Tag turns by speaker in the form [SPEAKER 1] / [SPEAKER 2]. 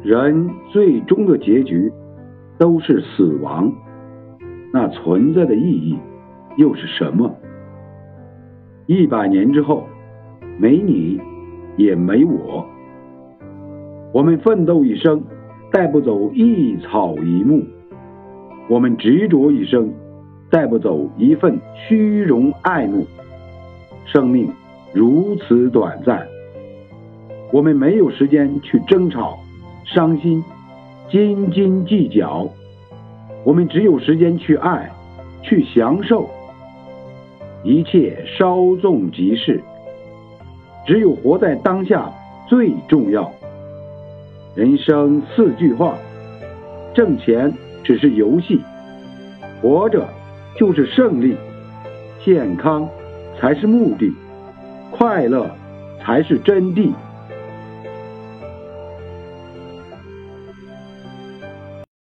[SPEAKER 1] 人最终的结局都是死亡，那存在的意义又是什么？100年之后，没你也没我，我们奋斗一生，带不走一草一木，我们执着一生，带不走一份虚荣爱慕。生命如此短暂，我们没有时间去争吵、伤心、斤斤计较，我们只有时间去爱、去享受。一切稍纵即逝，只有活在当下最重要。人生4句话：挣钱只是游戏，活着就是胜利，健康才是目的，快乐才是真谛。